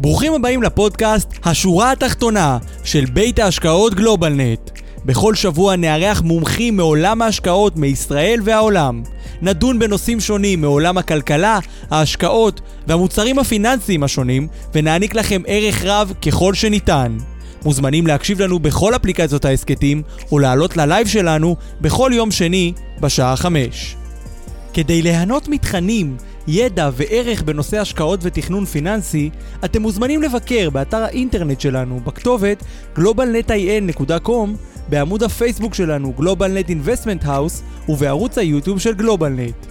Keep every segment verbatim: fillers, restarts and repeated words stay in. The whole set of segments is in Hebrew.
ברוכים הבאים לפודקאסט השורה התחתונה של בית ההשקעות גלובלנט. בכל שבוע נארח מומחים מעולם ההשקעות מישראל והעולם. נדון בנושאים שונים מעולם הכלכלה, ההשקעות והמוצרים הפיננסיים השונים, ונעניק לכם ערך רב ככל שניתן. מוזמנים להקשיב לנו בכל אפליקציות העסקתים, או לעלות ללייב שלנו בכל יום שני בשעה חמש. כדי ליהנות מתכנים, ידע וערך בנושא השקעות ותכנון פיננסי, אתם מוזמנים לבקר באתר האינטרנט שלנו בכתובת גלובל נט איי אן נקודה קום, בעמוד הפייסבוק שלנו GlobalNet Investment House ובערוץ היוטיוב של GlobalNet.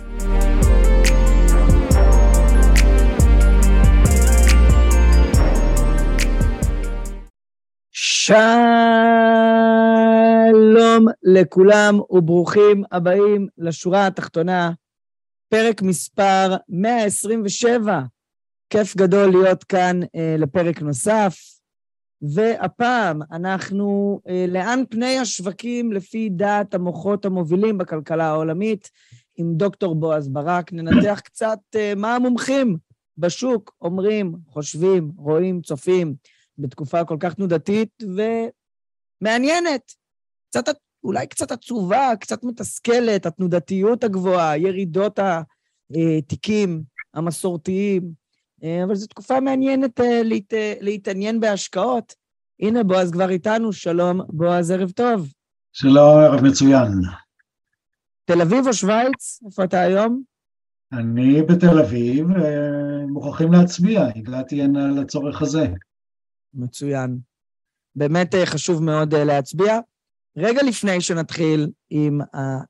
שלום לכולם וברוכים הבאים לשורה התחתונה, פרק מספר מאה עשרים ושבע. כיף גדול להיות כאן אה, לפרק נוסף, והפעם אנחנו אה, לאן פני השווקים לפי דעת המוחות המובילים בכלכלה העולמית, עם דוקטור בועז ברק. ננתח קצת אה, מה המומחים בשוק אומרים, חושבים, רואים, צופים, בתקופה כל כך תנודתית ומעניינת. קצת, אולי קצת עצובה, קצת מתסכלת, התנודתיות הגבוהה, ירידות התיקים המסורתיים, אבל זו תקופה מעניינת להת, להתעניין בהשקעות. הנה בועז כבר איתנו, שלום בועז, ערב טוב. שלום, ערב מצוין. תל אביב או שוויץ? איפה אתה היום? אני בתל אביב, מוכרחים להצביע, הגעתי הנה לצורך הזה. מצוין. באמת חשוב מאוד להצביע. רגע לפני שנתחיל עם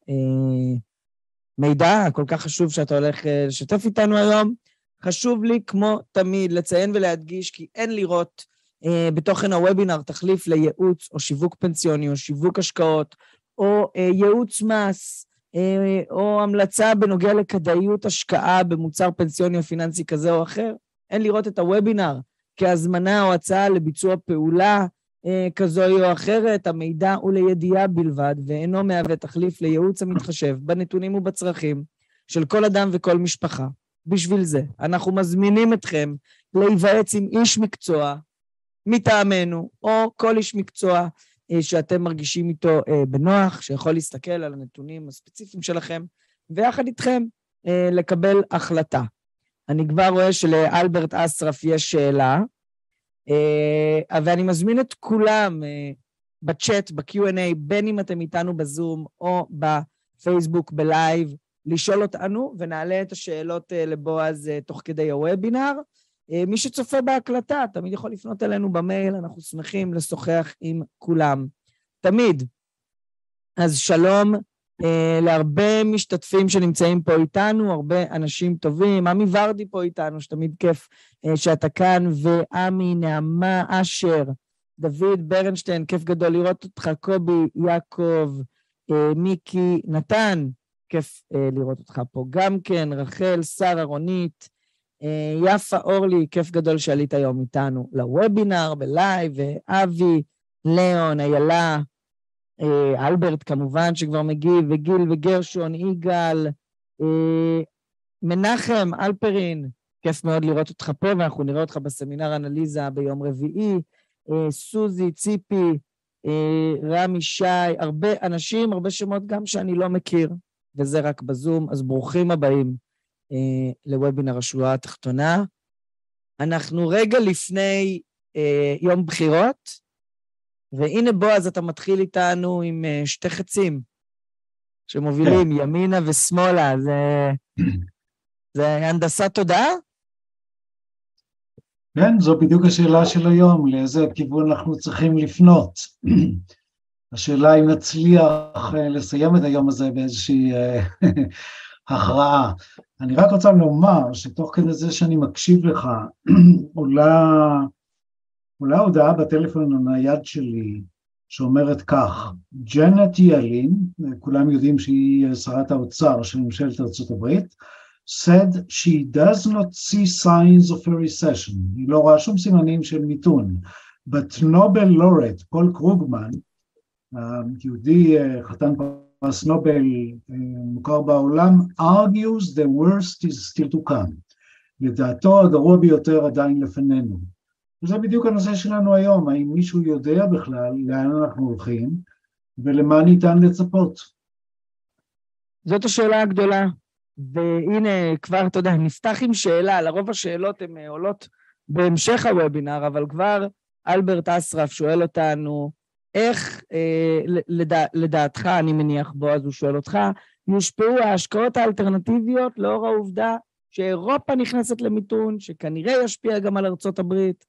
המידע הכל כך חשוב שאתה הולך לשתף איתנו היום, חשוב לי כמו תמיד לציין ולהדגיש כי אין לראות אה, בתוכן הוובינר תחליף לייעוץ או שיווק פנסיוני או שיווק השקעות או אה, ייעוץ מס אה, או המלצה בנוגע לכדאיות השקעה במוצר פנסיוני או פיננסי כזה או אחר. אין לראות את הוובינר כהזמנה או הצעה לביצוע פעולה אה, כזו או אחרת. המידע הוא לידיעה בלבד ואינו מהווה תחליף לייעוץ המתחשב בנתונים ובצרכים של כל אדם וכל משפחה. בשביל זה אנחנו מזמינים אתכם להיוועץ עם איש מקצוע מטעמנו, או כל איש מקצוע אה, שאתם מרגישים איתו אה, בנוח, שיכול להסתכל על הנתונים הספציפיים שלכם, ויחד איתכם אה, לקבל החלטה. אני כבר רואה שלאלברט אסרף יש שאלה, אה, ואני מזמין את כולם אה, בצ'אט, ב-קיו אנד איי, בין אם אתם איתנו בזום או בפייסבוק בלייב, לשאול אותנו, ונעלה את השאלות לבועז תוך כדי הוובינר. מי שצופה בהקלטה, תמיד יכול לפנות אלינו במייל, אנחנו שמחים לשוחח עם כולם. תמיד. אז שלום אה, להרבה משתתפים שנמצאים פה איתנו, הרבה אנשים טובים, עמי ורדי פה איתנו, שתמיד כיף אה, שאתה כאן, ועמי, נעמה, אשר, דוד ברנשטיין, כיף גדול לראות אותך, קובי, יעקב, אה, מיקי, נתן, כיף אה, לראות אותך פה גם כן, רחל, שרה, רונית, אה, יפה, אורלי, כיף גדול שעלית היום איתנו לוובינר, בלייב, ואבי, ליאון, איילה, אה, אלברט כמובן שכבר מגיב, וגיל וגרשון, יגאל, אה, מנחם, אלפרין, כיף מאוד לראות אותך פה, ואנחנו נראה אותך בסמינר אנליזה ביום רביעי, אה, סוזי, ציפי, אה, רמי, שי, הרבה אנשים, הרבה שמות גם שאני לא מכיר, וזה רק בזום, אז ברוכים הבאים אה, לוובינר השורה התחתונה. אנחנו רגע לפני אה, יום בחירות, והנה בועז, אתה מתחיל איתנו עם אה, שתי חצים, שמובילים yeah. ימינה ושמאלה, זה, זה הנדסת תודעה? כן, זו בדיוק השאלה של היום, לאיזה כיוון אנחנו צריכים לפנות. השאלה אם נצליח לסיים את היום הזה באיזושהי הכרעה. אני רק רוצה לומר שתוך כדי זה שאני מקשיב לך, עולה, עולה הודעה בטלפון הנייד שלי שאומרת כך, ג'נט ילין, כולם יודעים שהיא שרת האוצר של ממשלת ארצות הברית, said she does not see signs of a recession. היא לא רואה שום סימנים של מיתון. But Nobel laureate, פול קרוגמן, יהודי חתן פרס נובל מוכר בעולם, argues the worst is still to come. לדעתו הגרוע ביותר עדיין לפנינו. וזה בדיוק הנושא שלנו היום, האם מישהו יודע בכלל לאן אנחנו הולכים, ולמה ניתן לצפות. זאת השאלה הגדולה, והנה כבר, אתה יודע, נפתח עם שאלה, לרוב השאלות הן עולות בהמשך הוובינר, אבל כבר אלברט אסרף שואל אותנו, איך, אה, לדע, לדעתך, אני מניח בו, אז הוא שואל אותך, יושפעו ההשקעות האלטרנטיביות לאור העובדה שאירופה נכנסת למיתון, שכנראה ישפיע גם על ארצות הברית?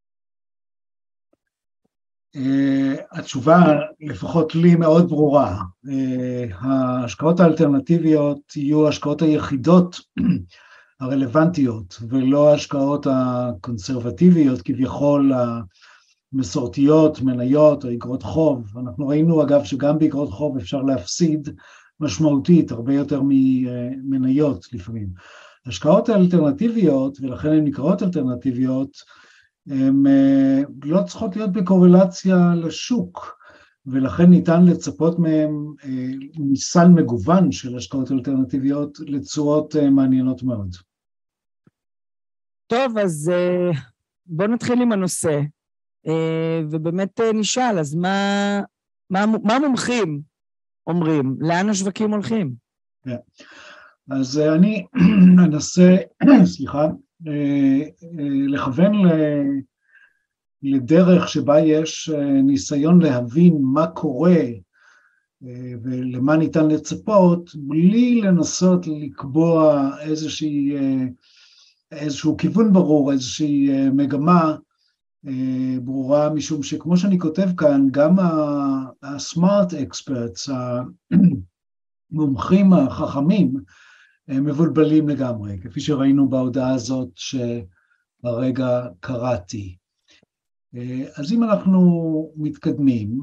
Uh, התשובה, לפחות לי, מאוד ברורה. Uh, ההשקעות האלטרנטיביות יהיו ההשקעות היחידות הרלוונטיות, ולא ההשקעות הקונסרבטיביות, כביכול המסורתיות, מניות או אגרות חוב. אנחנו ראינו, אגב, שגם באגרות חוב אפשר להפסיד משמעותית, הרבה יותר ממניות לפעמים. השקעות האלטרנטיביות, ולכן הן נקראות אלטרנטיביות, הן לא צריכות להיות בקורלציה לשוק, ולכן ניתן לצפות מהם מסל מגוון של השקעות אלטרנטיביות לתשואות מעניינות מאוד. טוב, אז בואו נתחיל עם הנושא, ובאמת נשאל, אז מה, מה, מה המומחים אומרים? לאן השווקים הולכים? Yeah. אז אני אנסה, סליחה, לכוון לדרך שבה יש ניסיון להבין מה קורה ולמה ניתן לצפות, בלי לנסות לקבוע איזושהי, איזשהו כיוון ברור, איזושהי מגמה ברורה, משום שכמו שאני כותב כאן, גם ה-smart experts, המומחים החכמים, הם מבולבלים לגמרי, כפי שראינו בהודעה הזאת שהרגע קראתי. אז אם אנחנו מתקדמים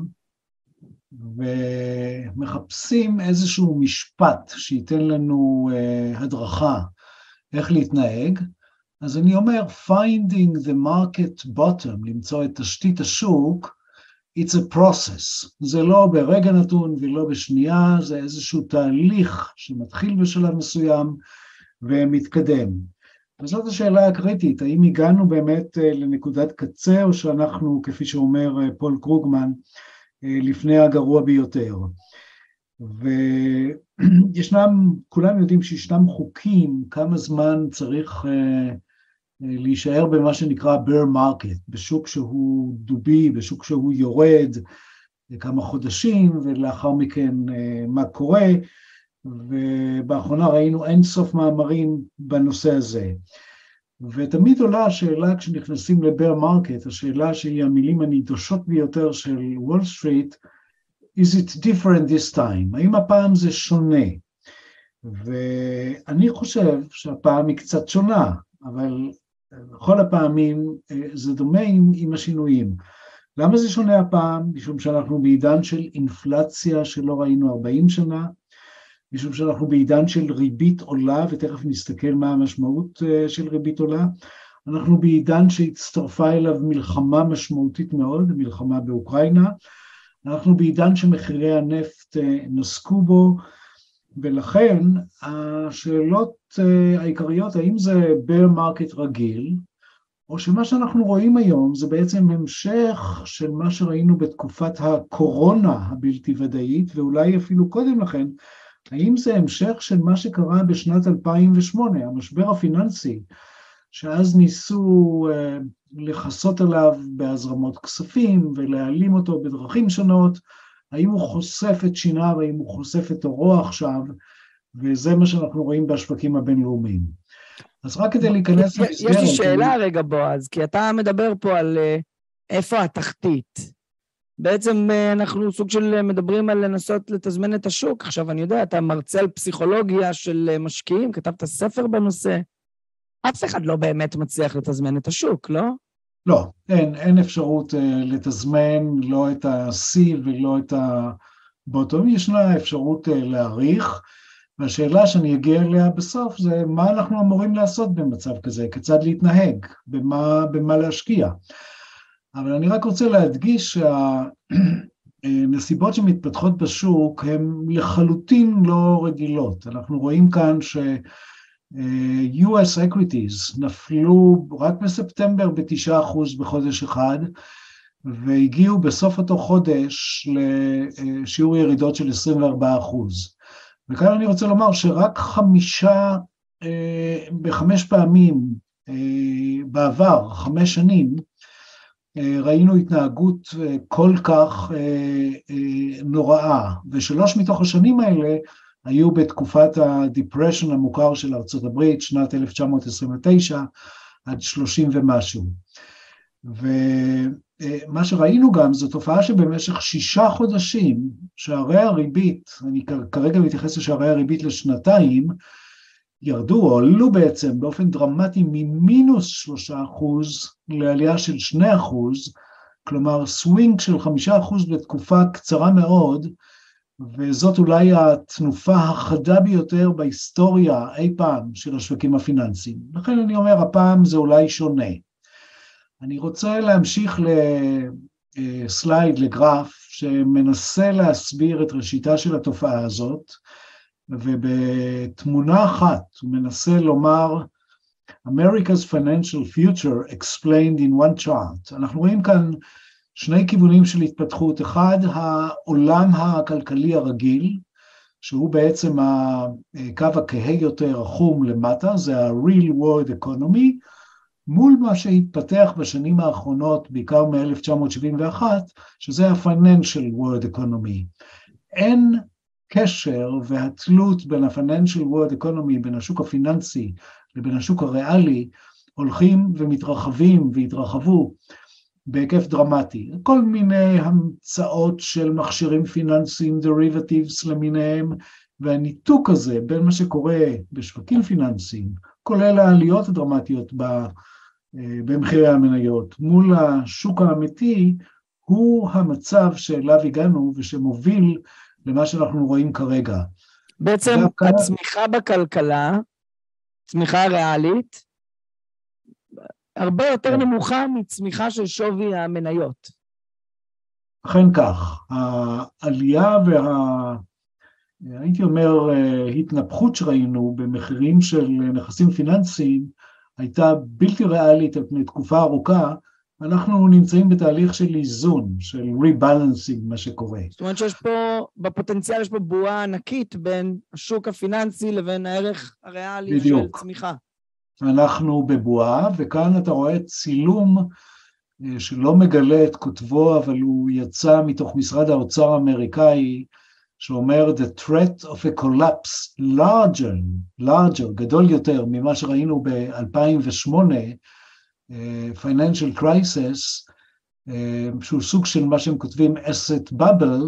ומחפשים איזשהו משפט שייתן לנו הדרכה איך להתנהג, אז אני אומר, finding the market bottom, למצוא את תשתית השוק, it's a process. זה לא ברגע נתון ולא בשנייה, זה איזשהו תהליך שמתחיל בשלב מסוים ומתקדם. וזאת השאלה הקריטית, האם הגענו באמת לנקודת קצה, או שאנחנו, כפי שאומר פול קרוגמן, לפני הגרוע ביותר. וישנם, כולם יודעים שישנם חוקים, כמה זמן צריך להישאר במה שנקרא bear market, בשוק שהוא דובי, בשוק שהוא יורד, כמה חודשים, ולאחר מכן מה קורה, ובאחרונה ראינו אין סוף מאמרים בנושא הזה. ותמיד עולה השאלה כשנכנסים ל-bear market, השאלה שהיא המילים הנידושות ביותר של וול סטריט, is it different this time? האם הפעם זה שונה? ואני חושב שהפעם היא קצת שונה, אבל בכל הפעמים זה דומה עם, עם השינויים. למה זה שונה הפעם? משום שאנחנו בעידן של אינפלציה שלא ראינו ארבעים שנה, משום שאנחנו בעידן של ריבית עולה, ותכף נסתכל מה המשמעות של ריבית עולה. אנחנו בעידן שהצטרפה אליו מלחמה משמעותית מאוד, מלחמה באוקראינה. אנחנו בעידן שמחירי הנפט נסקו בו, ולכן השאלות העיקריות, האם זה bear market רגיל, או שמה שאנחנו רואים היום זה בעצם המשך של מה שראינו בתקופת הקורונה הבלתי ודאית, ואולי אפילו קודם לכן, האם זה המשך של מה שקרה בשנת אלפיים ושמונה, המשבר הפיננסי, שאז ניסו לחסות עליו בהזרמות כספים ולהעלים אותו בדרכים שונות, האם הוא חושף את שיניו, האם הוא חושף את אורו עכשיו, וזה מה שאנחנו רואים בשווקים הבינלאומיים. אז רק כדי להיכנס למסגרת... יש לי שאלה רגע בועז, כי אתה מדבר פה על איפה התחתית. בעצם אנחנו סוג של מדברים על לנסות לתזמן את השוק. עכשיו אני יודע, אתה מרצה על פסיכולוגיה של משקיעים, כתבת ספר בנושא. אף אחד לא באמת מצליח לתזמן את השוק, לא? לא, אין, אין אפשרות uh, לתזמן לא את ה-C ולא את ה-bottom, ישנה אפשרות uh, להעריך, והשאלה שאני אגיע אליה בסוף זה מה אנחנו אמורים לעשות במצב כזה, כיצד להתנהג, במה, במה להשקיע. אבל אני רק רוצה להדגיש שהנסיבות שמתפתחות בשוק הן לחלוטין לא רגילות. אנחנו רואים כאן ש... יו אס equities נפלו רק בספטמבר ב-תשעה אחוז בחודש אחד, והגיעו בסוף אותו חודש לשיעור ירידות של עשרים וארבעה אחוז. וכאן אני רוצה לומר שרק חמישה, בחמש פעמים בעבר, חמש שנים, ראינו התנהגות כל כך נוראה, ושלוש מתוך השנים האלה היו בתקופת הדיפרשן המוכר של ארצות הברית, שנת אלף תשע מאות עשרים ותשע עד שלושים ומשהו. ומה שראינו גם זו תופעה שבמשך שישה חודשים, שערי הריבית, אני כרגע מתייחס לשערי הריבית לשנתיים, ירדו או עלו בעצם באופן דרמטי ממינוס שלושה אחוז לעלייה של שני אחוז, כלומר סווינג של חמישה אחוז בתקופה קצרה מאוד, וזאת אולי התנופה החדה ביותר בהיסטוריה אי פעם של השווקים הפיננסיים. לכן אני אומר, הפעם זה אולי שונה. אני רוצה להמשיך לסלייד, לגרף, שמנסה להסביר את ראשיתה של התופעה הזאת, ובתמונה אחת הוא מנסה לומר America's financial future explained in one chart. אנחנו רואים כאן שני כיוונים של התפתחות. אחד, העולם הכלכלי הרגיל, שהוא בעצם הקו הכהה יותר החום למטה, זה ה-real world economy, מול מה שהתפתח בשנים האחרונות, בעיקר מ-אלף תשע מאות שבעים ואחת, שזה ה-financial world economy. אין קשר והתלות בין ה-financial world economy, בין השוק הפיננסי לבין השוק הריאלי, הולכים ומתרחבים והתרחבו בהיקף דרמטי. כל מיני המצאות של מכשירים פיננסיים, derivatives למיניהם, והניתוק הזה בין מה שקורה בשווקים פיננסיים, כולל העליות הדרמטיות במחירי המניות, מול השוק האמיתי, הוא המצב שאליו הגענו ושמוביל למה שאנחנו רואים כרגע. בעצם הצמיחה בכלכלה, צמיחה ריאלית, הרבה יותר נמוכה מצמיחה של שווי המניות. אכן כך, העלייה וה... הייתי אומר, התנפחות שראינו במחירים של נכסים פיננסיים, הייתה בלתי ריאלית על פני תקופה ארוכה. אנחנו נמצאים בתהליך של איזון, של ריבלנסינג, מה שקורה. זאת אומרת שיש פה, בפוטנציאל יש פה בועה ענקית בין השוק הפיננסי לבין הערך הריאלי בדיוק. של צמיחה. אנחנו בבועה, וכאן אתה רואה צילום שלא מגלה את כותבו, אבל הוא יצא מתוך משרד האוצר האמריקאי, שאומר, the threat of a collapse larger, larger, גדול יותר ממה שראינו ב-אלפיים ושמונה, financial crisis, שהוא סוג של מה שהם כותבים asset bubble,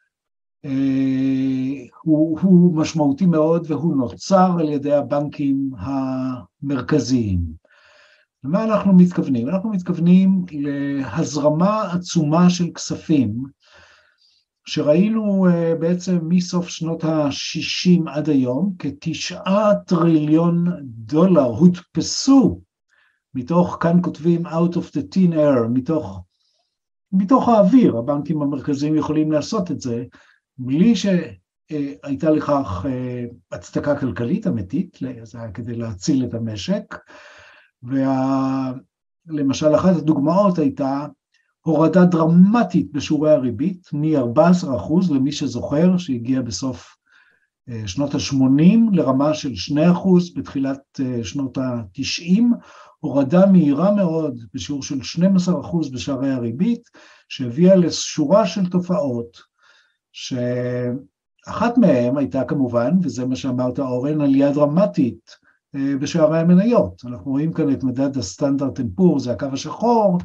הוא, הוא משמעותי מאוד והוא נוצר על ידי הבנקים המרכזיים. למה אנחנו מתכוונים? אנחנו מתכוונים להזרמה עצומה של כספים, שראינו בעצם מסוף שנות ה-שישים עד היום, כתשעה טריליון דולר הודפסו, מתוך, כאן כותבים out of the thin air, מתוך, מתוך האוויר, הבנקים המרכזיים יכולים לעשות את זה, בלי שהייתה לכך הצדקה כלכלית אמיתית, זה היה כדי להציל את המשק, ולמשל אחת הדוגמאות הייתה הורדה דרמטית בשיעורי הריבית, מ-ארבעה עשר אחוז למי שזוכר, שהגיע בסוף שנות ה-שמונים לרמה של שני אחוז בתחילת שנות ה-תשעים, הורדה מהירה מאוד בשיעור של שנים עשר אחוז בשערי הריבית, שהביאה לשורה של תופעות, שאחת מהן הייתה כמובן, וזה מה שאמרת אורן, עלייה דרמטית בשערי המניות. אנחנו רואים כאן את מדד הסטנדרט אנד פור, זה הקו השחור,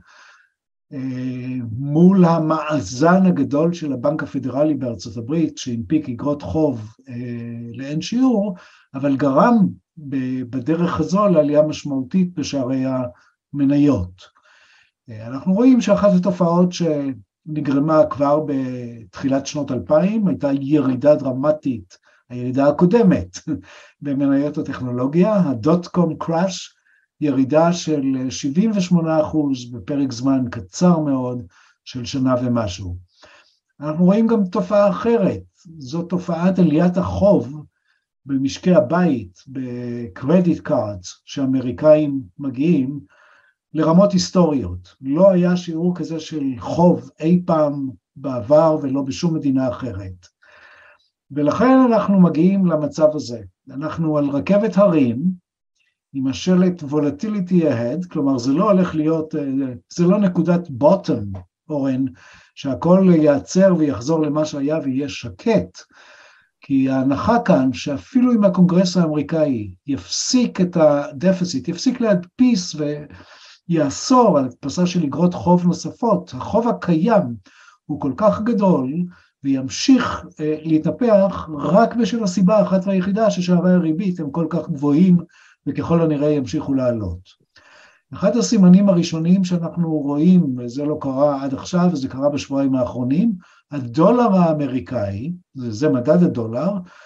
מול המאזן הגדול של הבנק הפדרלי בארצות הברית, שהנפיק אגרות חוב לאין שיעור, אבל גרם בדרך הזו לעלייה משמעותית בשערי המניות. אנחנו רואים שאחת התופעות שנגרמה כבר בתחילת שנות אלפיים, הייתה ירידה דרמטית, הירידה הקודמת במניות הטכנולוגיה, הדוט קום קראש, ירידה של שבעים ושמונה אחוז בפרק זמן קצר מאוד של שנה ומשהו. אנחנו רואים גם תופעה אחרת, זו תופעת עליית החוב במשקי הבית, בקרדיט קארדס, שאמריקאים מגיעים לרמות היסטוריות. לא היה שיעור כזה של חוב אי פעם בעבר ולא בשום מדינה אחרת. ולכן אנחנו מגיעים למצב הזה. אנחנו על רכבת הרים, עם השלט volatility ahead, כלומר זה לא הולך להיות, זה לא נקודת bottom, אורן, שהכל ייעצר ויחזור למה שהיה ויהיה שקט, כי ההנחה כאן שאפילו אם הקונגרס האמריקאי יפסיק את הדפיסיט, יפסיק להדפיס ויאסור על הדפסה של אגרות חוב נוספות, החוב הקיים הוא כל כך גדול וימשיך אה, להתנפח רק בשל הסיבה האחת והיחידה ששערי הריבית הם כל כך גבוהים וככל הנראה ימשיכו לעלות. אחד הסימנים הראשונים שאנחנו רואים, וזה לא קרה עד עכשיו, וזה קרה בשבועיים האחרונים, הדולר האמריקאי, זה, זה מדד הדולר,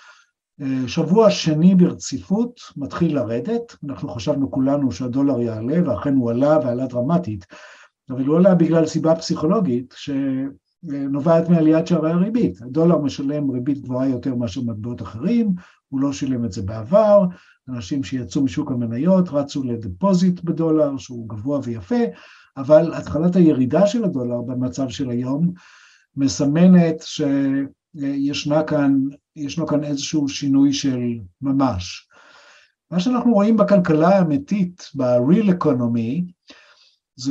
שבוע שני ברציפות מתחיל לרדת, אנחנו חשבנו כולנו שהדולר יעלה, ואכן הוא עלה ועלה דרמטית, אבל הוא עלה בגלל סיבה פסיכולוגית, שנובעת מעליית שערי הריבית. הדולר משלם ריבית גבוהה יותר מאשר מטבעות אחרים, הוא לא שילם את זה בעבר, אנשים שיצאו משוק המניות רצו לדפוזיט בדולר, שהוא גבוה ויפה, אבל התחלת הירידה של הדולר במצב של היום, מסמנת שישנה כאן, ישנו כאן איזשהו שינוי של ממש. מה שאנחנו רואים בכלכלה האמיתית, ב-real economy, זה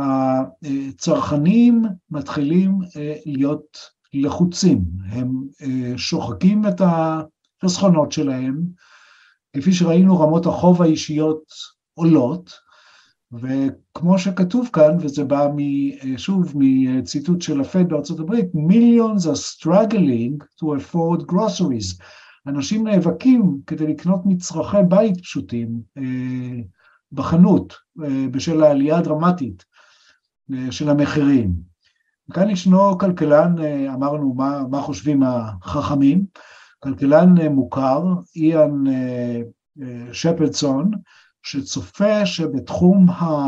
שהצרכנים מתחילים להיות לחוצים, הם שוחקים את החסכונות שלהם, כפי שראינו רמות החוב האישיות עולות, וכמו שכתוב כאן, וזה בא שוב מציטוט של הפד בארצות הברית, millions are struggling to afford groceries. אנשים נאבקים כדי לקנות מצרכי בית פשוטים אה, בחנות, אה, בשל העלייה הדרמטית אה, של המחירים. וכאן ישנו כלכלן, אה, אמרנו מה, מה חושבים החכמים, כלכלן אה, מוכר, איאן אה, אה, שפרדסון, שצופה שבתחום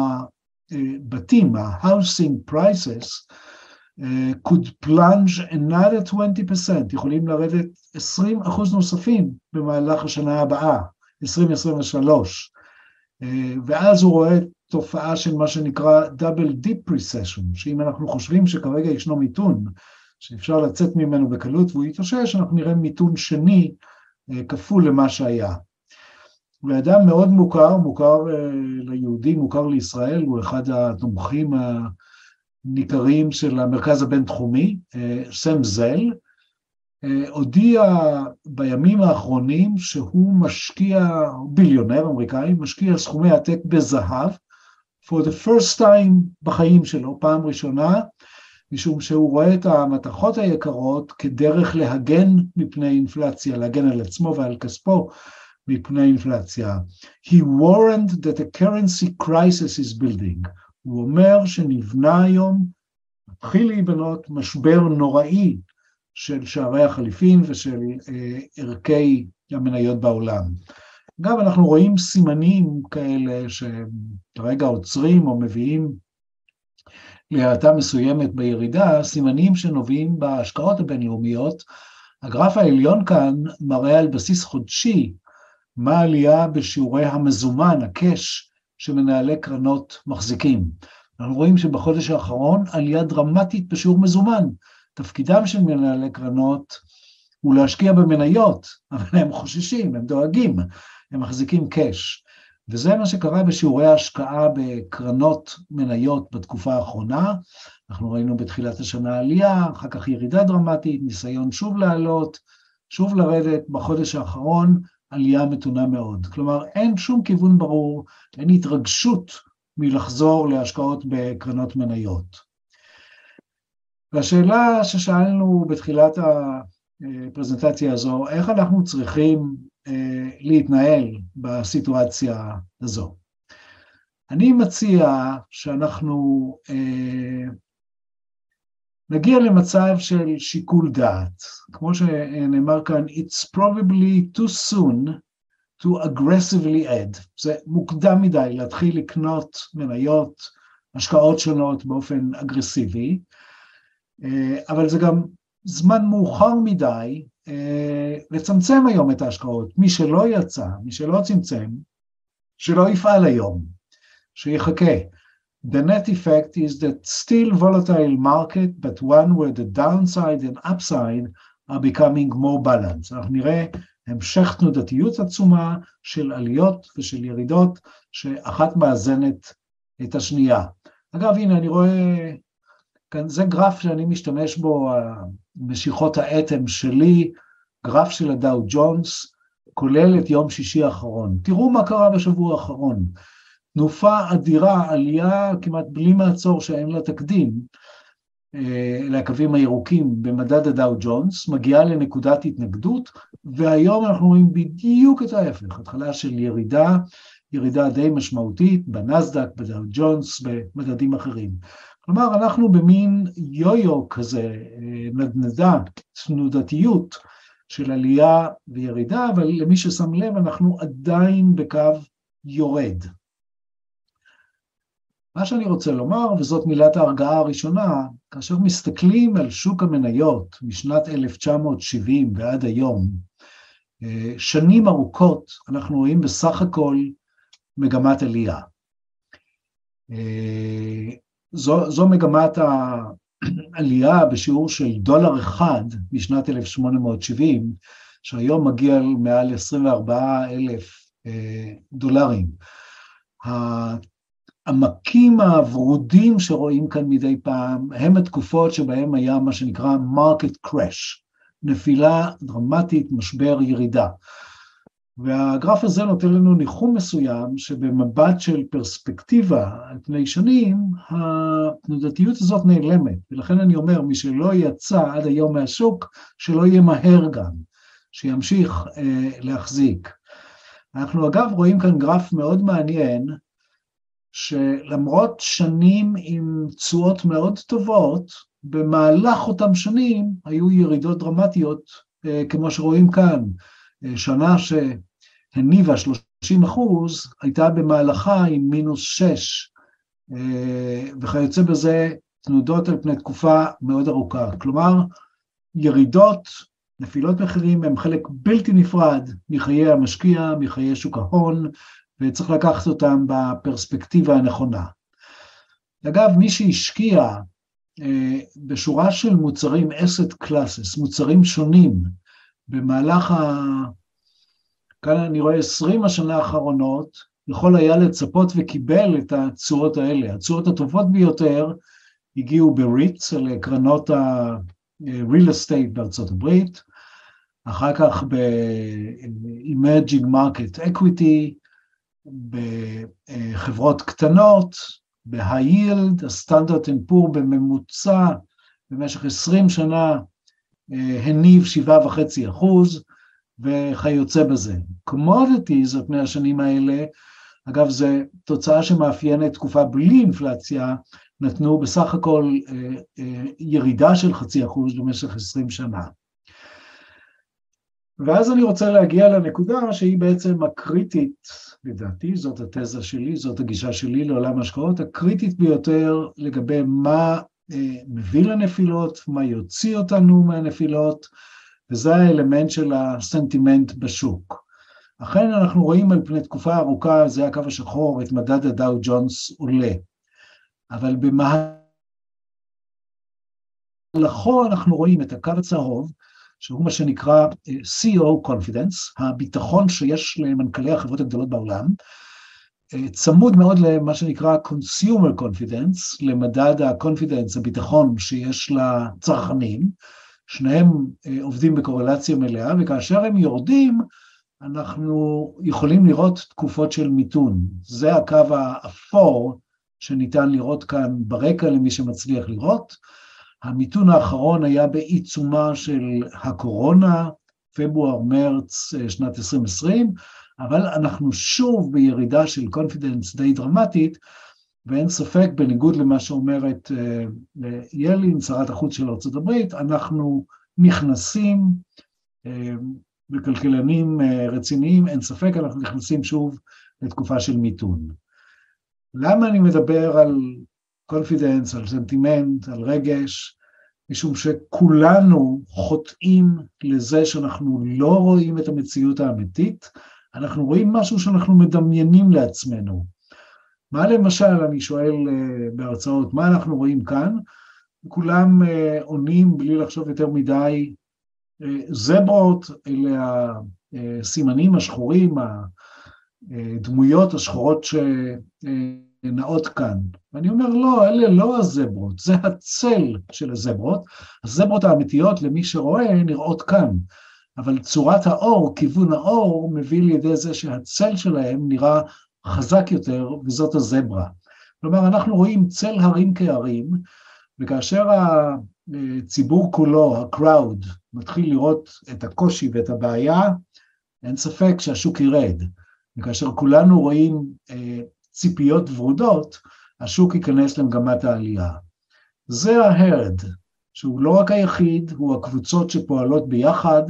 הבתים, ה-housing prices, uh, could plunge another twenty percent, יכולים לרדת עשרים אחוז נוספים במהלך השנה הבאה, עשרים עשרים ושלוש, uh, ואז הוא רואה תופעה של מה שנקרא double deep recession, שאם אנחנו חושבים שכרגע ישנו מיתון, שאפשר לצאת ממנו בקלות והוא יתאושש, אנחנו נראה מיתון שני uh, כפול למה שהיה. ואדם מאוד מוכר, מוכר uh, ליהודים, מוכר לישראל, הוא אחד התומכים הניכרים של המרכז הבינתחומי, uh, סם זל, uh, הודיע בימים האחרונים שהוא משקיע, ביליונר אמריקאי, משקיע סכומי עתק בזהב, for the first time בחיים שלו, פעם ראשונה, משום שהוא רואה את המתכות היקרות כדרך להגן מפני אינפלציה, להגן על עצמו ועל כספו, מפני אינפלציה. He warned that a currency crisis is building. הוא אומר שנבנה היום, מתחיל להיבנות משבר נוראי של שערי החליפין ושל אה, ערכי המניות בעולם. אגב, אנחנו רואים סימנים כאלה שכרגע עוצרים או מביאים להאטה מסוימת בירידה, סימנים שנובעים בהשקעות הבינלאומיות. הגרף העליון כאן מראה על בסיס חודשי, מה העלייה בשיעורי המזומן, הקש, שמנהלי קרנות מחזיקים. אנחנו רואים שבחודש האחרון עלייה דרמטית בשיעור מזומן. תפקידם של מנהלי קרנות הוא להשקיע במניות, אבל הם חוששים, הם דואגים, הם מחזיקים קש. וזה מה שקרה בשיעורי ההשקעה בקרנות מניות בתקופה האחרונה. אנחנו ראינו בתחילת השנה עלייה, אחר כך ירידה דרמטית, ניסיון שוב לעלות, שוב לרדת בחודש האחרון, עלייה מתונה מאוד. כלומר, אין שום כיוון ברור, אין התרגשות מלחזור להשקעות בקרנות מניות. והשאלה ששאלנו בתחילת הפרזנטציה הזו, איך אנחנו צריכים אה, להתנהל בסיטואציה הזו? אני מציע שאנחנו אה, נגיע למצב של שיקול דעת. כמו שנאמר כאן, it's probably too soon to aggressively add. זה מוקדם מדי להתחיל לקנות מניות, השקעות שונות באופן אגרסיבי, אבל זה גם זמן מאוחר מדי אה, לצמצם היום את ההשקעות. מי שלא יצא, מי שלא צמצם, שלא יפעל היום, שיחכה. The net effect is that still volatile market, but one where the downside and upside are becoming more balanced. אנחנו נראה המשך תנודתיות עצומה של עליות ושל ירידות, שאחת מאזנת את השנייה. אגב, הנה אני רואה, כאן זה גרף שאני משתמש בו, משיכות האטם שלי, גרף של הדאו ג'ונס, כולל את יום שישי האחרון. תראו מה קרה בשבוע האחרון. תנופה אדירה, עלייה כמעט בלי מעצור שאין לה תקדים, לקווים הירוקים במדד הדאו ג'ונס, מגיעה לנקודת התנגדות, והיום אנחנו רואים בדיוק את ההפך, התחלה של ירידה, ירידה די משמעותית בנסדק, בדאו ג'ונס, במדדים אחרים. כלומר, אנחנו במין יו-יו כזה, נדנדה, תנודתיות של עלייה וירידה, אבל למי ששם לב, אנחנו עדיין בקו יורד. מה שאני רוצה לומר, וזאת מילת ההרגעה הראשונה, כאשר מסתכלים על שוק המניות משנת אלף תשע מאות שבעים ועד היום, שנים ארוכות אנחנו רואים בסך הכל מגמת עלייה. זו, זו מגמת העלייה בשיעור של דולר אחד משנת אלף שמונה מאות שבעים, שהיום מגיע מעל עשרים וארבעה אלף דולרים. העמקים הוורודים שרואים כאן מדי פעם, הם התקופות שבהם היה מה שנקרא market crash, נפילה דרמטית, משבר ירידה. והגרף הזה נותן לנו ניחום מסוים, שבמבט של פרספקטיבה על פני שנים, התנודתיות הזאת נעלמת. ולכן אני אומר, מי שלא יצא עד היום מהשוק, שלא יהיה מהר גם, שימשיך אה, להחזיק. אנחנו אגב רואים כאן גרף מאוד מעניין, שלמרות שנים עם תשואות מאוד טובות, במהלך אותם שנים היו ירידות דרמטיות, כמו שרואים כאן. שנה שהניבה שלושים אחוז, הייתה במהלכה עם מינוס שש, וכיוצא בזה תנודות על פני תקופה מאוד ארוכה. כלומר, ירידות, נפילות מחירים הם חלק בלתי נפרד מחיי המשקיע, מחיי שוק ההון, וצריך לקחת אותם בפרספקטיבה הנכונה. אגב, מי שהשקיע אה, בשורה של מוצרים, asset classes, מוצרים שונים, במהלך ה... כאן אני רואה עשרים השנה האחרונות, יכול היה לצפות וקיבל את התשואות האלה. התשואות הטובות ביותר הגיעו ב-ריטס, אלה קרנות ה-real estate בארצות הברית, אחר כך ב-emerging market equity, בחברות קטנות, ב-high yield, הסטנדרט אנד פור בממוצע, במשך עשרים שנה, הניב שבעה וחצי אחוז, וכיוצא בזה. commodities, על פני השנים האלה, אגב, זה תוצאה שמאפיינת תקופה בלי אינפלציה, נתנו בסך הכל ירידה של חצי אחוז במשך עשרים שנה. ואז אני רוצה להגיע לנקודה שהיא בעצם הקריטית, לדעתי, זאת התזה שלי, זאת הגישה שלי לעולם ההשקעות, הקריטית ביותר לגבי מה אה, מביא לנפילות, מה יוציא אותנו מהנפילות, וזה האלמנט של הסנטימנט בשוק. אכן אנחנו רואים על פני תקופה ארוכה, זה הקו השחור, את מדד הדאו ג'ונס עולה. אבל במהלכו אנחנו רואים את הקו הצהוב, שהוא מה שנקרא סי או Confidence, הביטחון שיש למנכ"לי החברות הגדולות בעולם, צמוד מאוד למה שנקרא Consumer Confidence, למדד ה-Confidence, הביטחון שיש לצרכנים, שניהם עובדים בקורלציה מלאה, וכאשר הם יורדים, אנחנו יכולים לראות תקופות של מיתון. זה הקו האפור שניתן לראות כאן ברקע למי שמצליח לראות, המיתון האחרון היה בעיצומה של הקורונה, פברואר-מרץ שנת עשרים עשרים, אבל אנחנו שוב בירידה של קונפידנס די דרמטית, ואין ספק, בניגוד למה שאומרת ילין, שרת החוץ של ארצות הברית, אנחנו נכנסים, בכלכלנים רציניים, אין ספק, אנחנו נכנסים שוב לתקופה של מיתון. למה אני מדבר על קונפידנס, על סנטימנט, על רגש? משום שכולנו חוטאים לזה שאנחנו לא רואים את המציאות האמיתית, אנחנו רואים משהו שאנחנו מדמיינים לעצמנו. מה למשל, אני שואל בהרצאות, מה אנחנו רואים כאן? כולם עונים בלי לחשוב יותר מדי, זברות, אלה הסימנים השחורים, הדמויות השחורות שנעות כאן. ואני אומר, לא, אלה לא הזברות, זה הצל של הזברות. הזברות האמיתיות, למי שרואה, נראות כאן. אבל צורת האור, כיוון האור, מביא לידי זה שהצל שלהם נראה חזק יותר, וזאת הזברה. כלומר, אנחנו רואים צל הרים כהרים, וכאשר הציבור כולו, הקראוד, מתחיל לראות את הקושי ואת הבעיה, אין ספק שהשוק ירד. וכאשר כולנו רואים אה, ציפיות ורודות, השוק ייכנס למגמת העלייה. זה ההרד, שהוא לא רק היחיד, הוא הקבוצות שפועלות ביחד,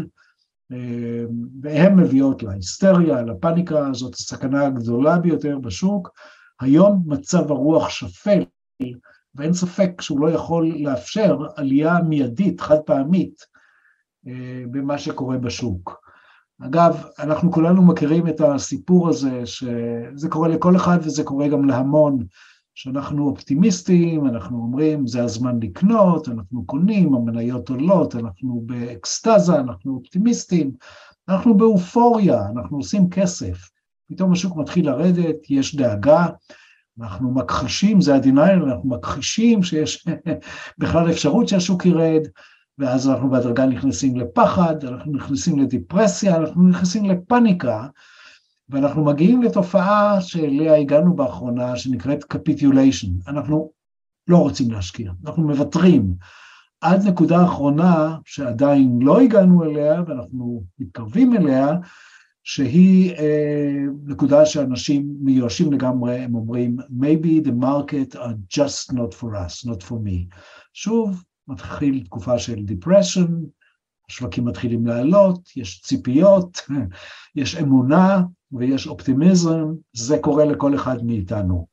אה, והן מביאות להיסטריה, לפניקה, זאת הסכנה הגדולה ביותר בשוק. היום מצב הרוח שפל, ואין ספק שהוא לא יכול לאפשר עלייה מיידית, חד פעמית, אה, במה שקורה בשוק. אגב, אנחנו כולנו מכירים את הסיפור הזה, שזה קורה לכל אחד וזה קורה גם להמון, שאנחנו אופטימיסטים, אנחנו אומרים, זה הזמן לקנות, אנחנו קונים, המניות עולות, אנחנו באקסטזה, אנחנו אופטימיסטים, אנחנו באופוריה, אנחנו עושים כסף. פתאום השוק מתחיל לרדת, יש דאגה, אנחנו מכחישים, זה הדינאיל, אנחנו מכחישים שיש בכלל אפשרות שהשוק ירד, ואז אנחנו בהדרגה נכנסים לפחד, אנחנו נכנסים לדיפרסיה, אנחנו נכנסים לפניקה, ואנחנו מגיעים לתופעה שאליה הגענו באחרונה, שנקראת capitulation. אנחנו לא רוצים להשקיע, אנחנו מוותרים. עד נקודה האחרונה שעדיין לא הגענו אליה, ואנחנו מתקרבים אליה, שהיא אה, נקודה שאנשים מיואשים לגמרי, הם אומרים, maybe the market are just not for us, not for me. שוב, מתחיל תקופה של depression, השווקים מתחילים לעלות, יש ציפיות, יש אמונה ויש אופטימיזם, זה קורה לכל אחד מאיתנו.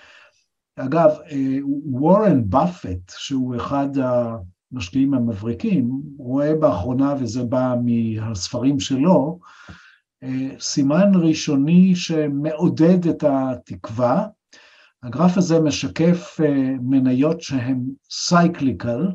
אגב, וורן באפט, שהוא אחד המשקיעים המבריקים, רואה באחרונה, וזה בא מהספרים שלו, סימן ראשוני שמעודד את התקווה. הגרף הזה משקף מניות שהן סייקליקל,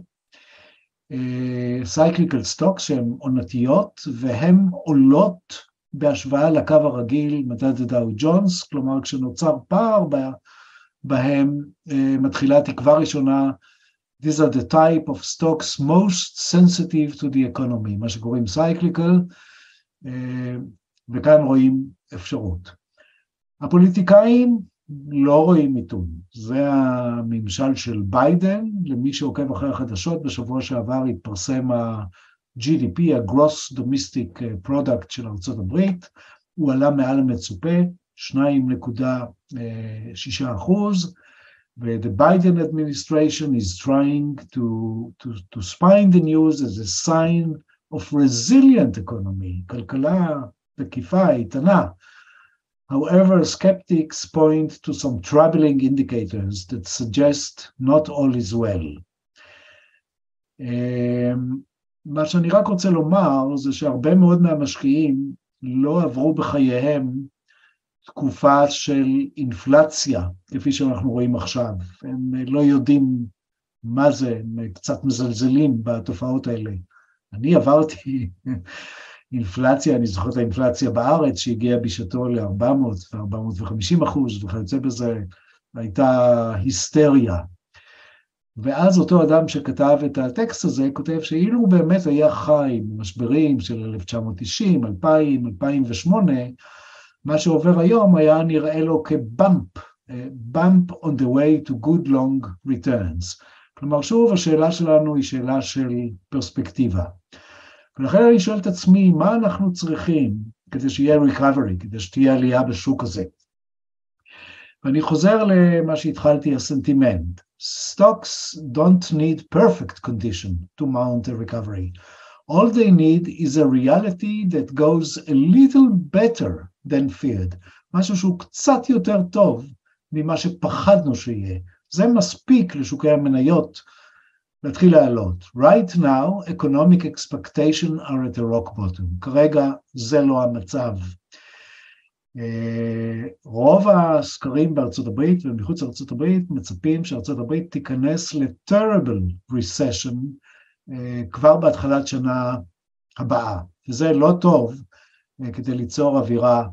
סייקליקל סטוקס שהן עונתיות, והן עולות בהשוואה לקו הרגיל, מדד דאו ג'ונס, כלומר כשנוצר פער בהם, מתחילה תקווה ראשונה, these are the type of stocks most sensitive to the economy, מה שקוראים סייקליקל, וכאן רואים אפשרות. הפוליטיקאים לא רואים מיתון, זה הממשל של ביידן, למי שעוקב אחרי החדשות, בשבוע שעבר התפרסם ה-ג'י די פי, ה-Gross Domestic Product של ארצות הברית, הוא עלה מעל המצופה, שתיים נקודה שישה אחוז, ו-the Biden administration is trying to, to, to spin the news as a sign of resilient economy, כלכלה תקיפה, איתנה. However, skeptics point to some troubling indicators that suggest not all is well. מה שאני רק רוצה לומר זה שהרבה מאוד מהמשקיעים לא עברו בחייהם תקופה של אינפלציה, כפי שאנחנו רואים עכשיו. הם לא יודעים מה זה, הם קצת מזלזלים בתופעות האלה. אני עברתי אינפלציה, אני זוכר את האינפלציה בארץ, שהגיעה בשעתו ל-ארבע מאות ו-ארבע מאות וחמישים אחוז, וכיוצא בזה הייתה היסטריה. ואז אותו אדם שכתב את הטקסט הזה, כותב שאילו הוא באמת היה חי במשברים של אלף תשע מאות תשעים, אלפיים, אלפיים ושמונה, מה שעובר היום היה נראה לו כבאמפ, bump on the way to good long returns. כלומר, שוב, השאלה שלנו היא שאלה של פרספקטיבה. ולכן אני שואל את עצמי, מה אנחנו צריכים כדי שיהיה recovery, כדי שתהיה עלייה בשוק הזה? ואני חוזר למה שהתחלתי, הסנטימנט. Stocks don't need perfect condition to mount a recovery. All they need is a reality that goes a little better than feared. משהו שהוא קצת יותר טוב ממה שפחדנו שיהיה. זה מספיק לשוקי המניות להתחיל לעלות. Right now, economic expectation are at a rock bottom. כרגע זה לא המצב. רוב הסקרים בארצות הברית ומחוץ לארצות הברית מצפים שארצות הברית תיכנס ל-terrible recession כבר בהתחלת שנה הבאה. וזה לא טוב כדי ליצור אווירה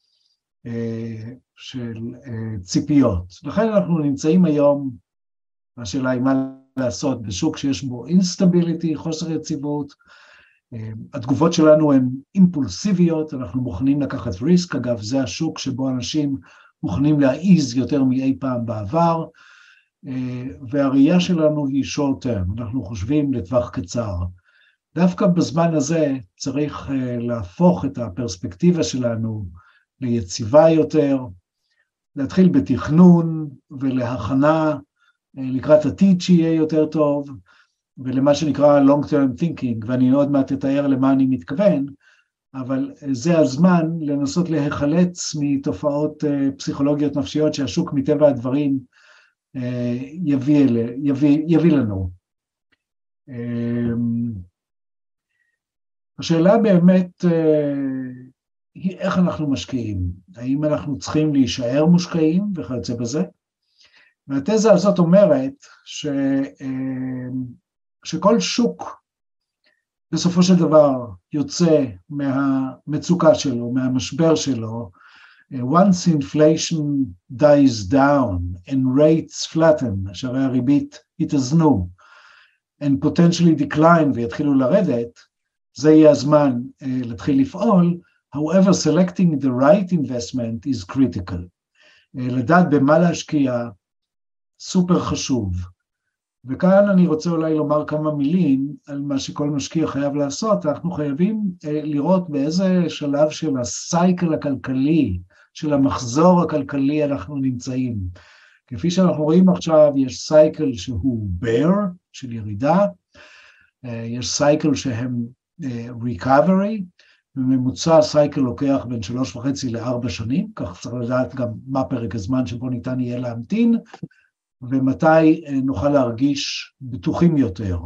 של ציפיות. לכן אנחנו נמצאים היום, השאלה היא מה לעשות בשוק שיש בו instability, חוסר יציבות, התגובות שלנו הן אימפולסיביות, אנחנו מוכנים לקחת ריסק, אגב זה השוק שבו אנשים מוכנים להעיז יותר מאי פעם בעבר, והראייה שלנו היא short term, אנחנו חושבים לטווח קצר. דווקא בזמן הזה צריך להפוך את הפרספקטיבה שלנו ליציבה יותר, להתחיל בתכנון ולהכנה לקראת עתיד שיהיה יותר טוב, ולמה שנקרא long term thinking, ואני עוד מעט אתאר למה אני מתכוון, אבל זה הזמן לנסות להיחלץ מתופעות פסיכולוגיות נפשיות שהשוק מטבע הדברים יביא, יביא, יביא לנו. השאלה באמת היא איך אנחנו משקיעים, האם אנחנו צריכים להישאר מושקעים וכיוצא בזה, והתזה הזאת אומרת ש... שכל שוק בסופו של דבר יוצא מהמצוקה שלו, מהמשבר שלו, once inflation dies down and rates flatten, שהרי הריבית יתאזנו, and potentially decline ויתחילו לרדת, זה יהיה הזמן uh, להתחיל לפעול, however selecting the right investment is critical. Uh, לדעת במה להשקיע, סופר חשוב. וכאן אני רוצה אולי לומר כמה מילים על מה שכל משקיע חייב לעשות. אנחנו חייבים אה, לראות באיזה שלב של הסייקל הכלכלי, של המחזור הכלכלי אנחנו נמצאים. כפי שאנחנו רואים עכשיו, יש סייקל שהוא bear, של ירידה, אה, יש סייקל שהם אה, recovery, בממוצע הסייקל לוקח בין שלוש וחצי לארבע שנים, כך צריך לדעת גם מה פרק הזמן שבו ניתן יהיה להמתין, ומתי נוכל להרגיש בטוחים יותר.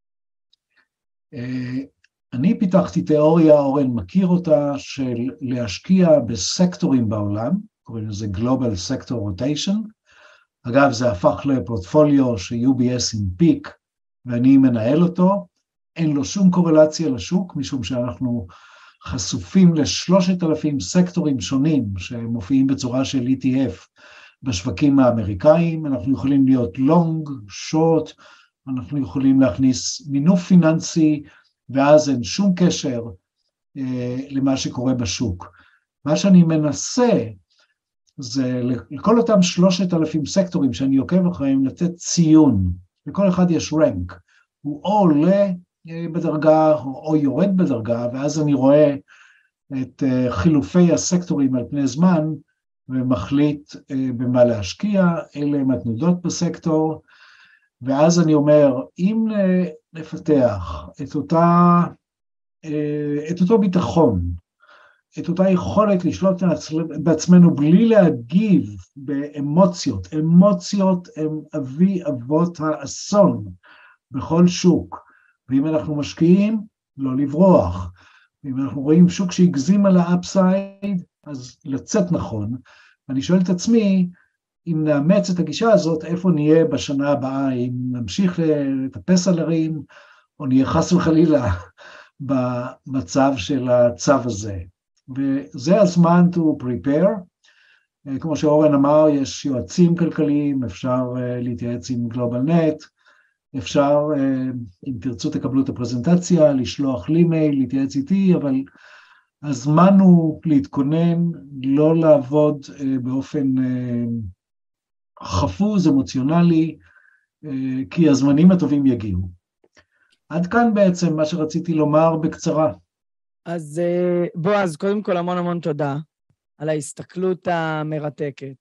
אני פיתחתי תיאוריה, אורן מכיר אותה, של להשקיע בסקטורים בעולם, קוראים לזה Global Sector Rotation, אגב זה הפך לפורטפוליו ש-יו בי אס הנפיק, ואני מנהל אותו, אין לו שום קורלציה לשוק, משום שאנחנו חשופים לשלושת אלפים סקטורים שונים, שמופיעים בצורה של אי טי אף, בשווקים האמריקאים, אנחנו יכולים להיות long, short, אנחנו יכולים להכניס מינוף פיננסי, ואז אין שום קשר אה, למה שקורה בשוק. מה שאני מנסה, זה לכל אותם שלושת אלפים סקטורים שאני עוקב אחריהם, לתת ציון, לכל אחד יש רנק, הוא או עולה בדרגה, או יורד בדרגה, ואז אני רואה את אה, חילופי הסקטורים על פני זמן, ומחליט במה להשקיע, אלה הם התנודות בסקטור, ואז אני אומר, אם נפתח את אותה, את אותו ביטחון, את אותה יכולת לשלוט בעצמנו בלי להגיב באמוציות, אמוציות הם אבי אבות האסון בכל שוק, ואם אנחנו משקיעים, לא לברוח, ואם אנחנו רואים שוק שהגזים על האפסייד, אז לצאת נכון, אני שואל את עצמי, אם נאמץ את הגישה הזאת, איפה נהיה בשנה הבאה, אם נמשיך לטפס על הרים, או נהיה חס וחלילה במצב של הצו הזה. וזה הזמן to prepare, כמו שאורן אמר, יש יועצים כלכליים, אפשר להתייעץ עם גלובלנט, אפשר, אם תרצו תקבלו את הפרזנטציה, לשלוח לי מייל, להתייעץ איתי, אבל הזמן הוא להתכונן, לא לעבוד באופן חפוז, אמוציונלי, כי הזמנים הטובים יגיעו. עד כאן בעצם מה שרציתי לומר בקצרה. אז בועז, קודם כל המון המון תודה על ההסתכלות המרתקת.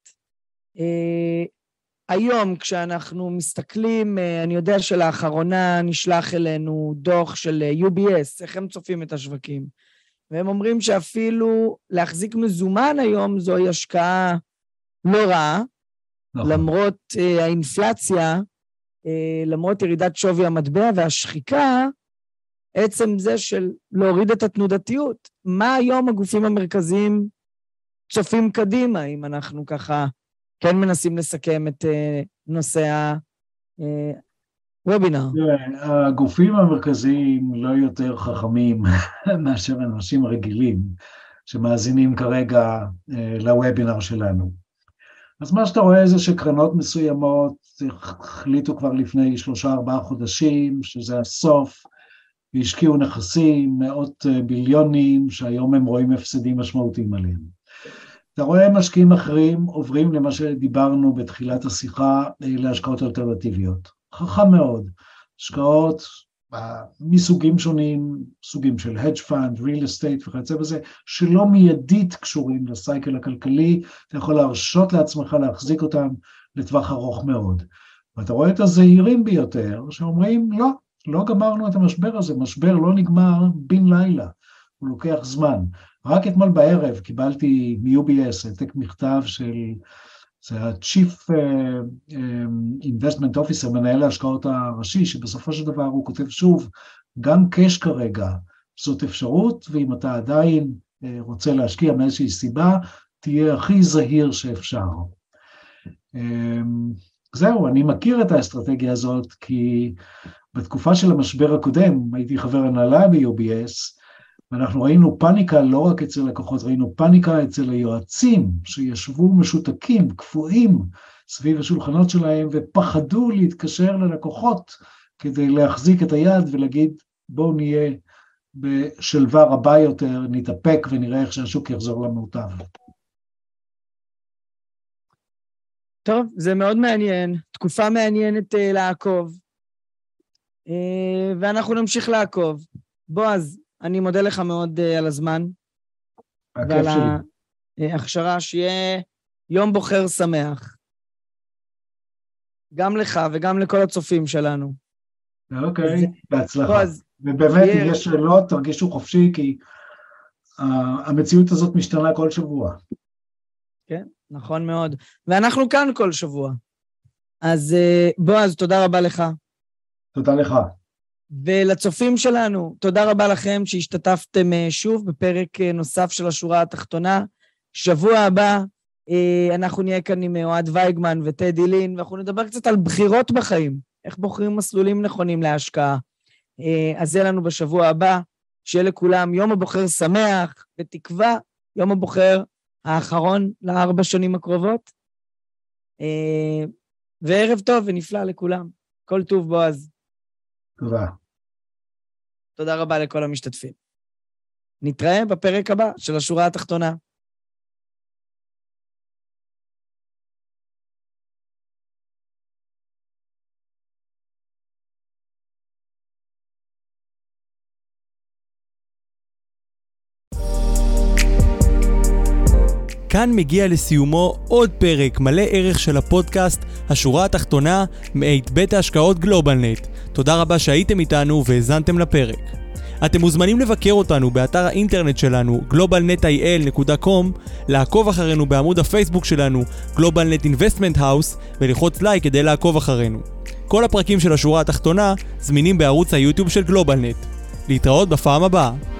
היום כשאנחנו מסתכלים, אני יודע שלאחרונה נשלח אלינו דוח של יו בי אס, איך הם צופים את השווקים, והם אומרים שאפילו להחזיק מזומן היום זוהי השקעה לא רעה, נכון. למרות האינפלציה אה, למרות ירידת שווי המטבע והשחיקה, עצם זה של להוריד את התנודתיות. מה היום הגופים המרכזיים צופים קדימה, אם אנחנו ככה כן מנסים לסכם את אה, נושא הוובינר? הגופים המרכזיים לא יותר חכמים מאשר אנשים רגילים שמאזינים כרגע אה, לוובינר שלנו. אז מה שאתה רואה זה שקרנות מסוימות החליטו כבר לפני שלושה ארבעה חודשים, שזה הסוף, והשקיעו נכסים, מאות ביליונים, שהיום הם רואים הפסדים משמעותיים עליהם. אתה רואה משקיעים אחרים עוברים למה שדיברנו בתחילת השיחה, להשקעות אלטרנטיביות. חכם מאוד, השקעות מסוגים שונים, סוגים של hedge fund, real estate וכיוצא בזה, שלא מיידית קשורים לסייקל הכלכלי, אתה יכול להרשות לעצמך להחזיק אותם לטווח ארוך מאוד. ואתה רואה את הזהירים ביותר, שאומרים, לא, לא גמרנו את המשבר הזה, משבר לא נגמר בן לילה, הוא לוקח זמן. רק אתמול בערב קיבלתי מ-יו בי אס העתק מכתב של, זה ה-Chief Investment Officer, מנהל ההשקעות הראשי, שבסופו של דבר הוא כותב שוב, גם קש כרגע, זאת אפשרות, ואם אתה עדיין רוצה להשקיע מאיזושהי סיבה, תהיה הכי זהיר שאפשר. זהו, אני מכיר את האסטרטגיה הזאת, כי בתקופה של המשבר הקודם, הייתי חבר הנהלה ב-יו בי אס, ואנחנו ראינו פאניקה לא רק אצל לקוחות, ראינו פאניקה אצל היועצים, שישבו משותקים, קפואים, סביב השולחנות שלהם, ופחדו להתקשר ללקוחות, כדי להחזיק את היד ולהגיד, בואו נהיה בשלווה רבה יותר, נתאפק ונראה איך שהשוק יחזור למוטב. טוב, זה מאוד מעניין, תקופה מעניינת uh, לעקוב, uh, ואנחנו נמשיך לעקוב. בועז, אני מודה לך מאוד uh, על הזמן, ועל ההכשרה, שיהיה יום בוחר שמח, גם לך וגם לכל הצופים שלנו. אוקיי, okay, בהצלחה. בועז, ובאמת, אם יש שאלות, תרגישו חופשי, כי uh, המציאות הזאת משתנה כל שבוע. כן, נכון מאוד. ואנחנו כאן כל שבוע. אז בועז, תודה רבה לך. תודה לך. ולצופים שלנו, תודה רבה לכם שהשתתפתם שוב בפרק נוסף של השורה התחתונה. שבוע הבא אנחנו נהיה כאן עם אוהד וייגמן וטדי לין, ואנחנו נדבר קצת על בחירות בחיים, איך בוחרים מסלולים נכונים להשקעה. אז זה לנו בשבוע הבא, שיהיה לכולם יום הבוחר שמח, בתקווה, יום הבוחר האחרון לארבע שנים הקרובות, וערב טוב ונפלא לכולם. כל טוב, בועז. תודה. תודה רבה לכל המשתתפים. נתראה בפרק הבא של השורה התחתונה. כאן מגיע לסיומו עוד פרק מלא ערך של הפודקאסט השורה התחתונה מאת בית ההשקעות גלובלנט. תודה רבה שהייתם איתנו והזנתם לפרק. אתם מוזמנים לבקר אותנו באתר האינטרנט שלנו גלובל נט איי אל נקודה קום, לעקוב אחרינו בעמוד הפייסבוק שלנו GlobalNet Investment House ולחוץ לייק כדי לעקוב אחרינו. כל הפרקים של השורה התחתונה זמינים בערוץ היוטיוב של גלובלנט. להתראות בפעם הבאה.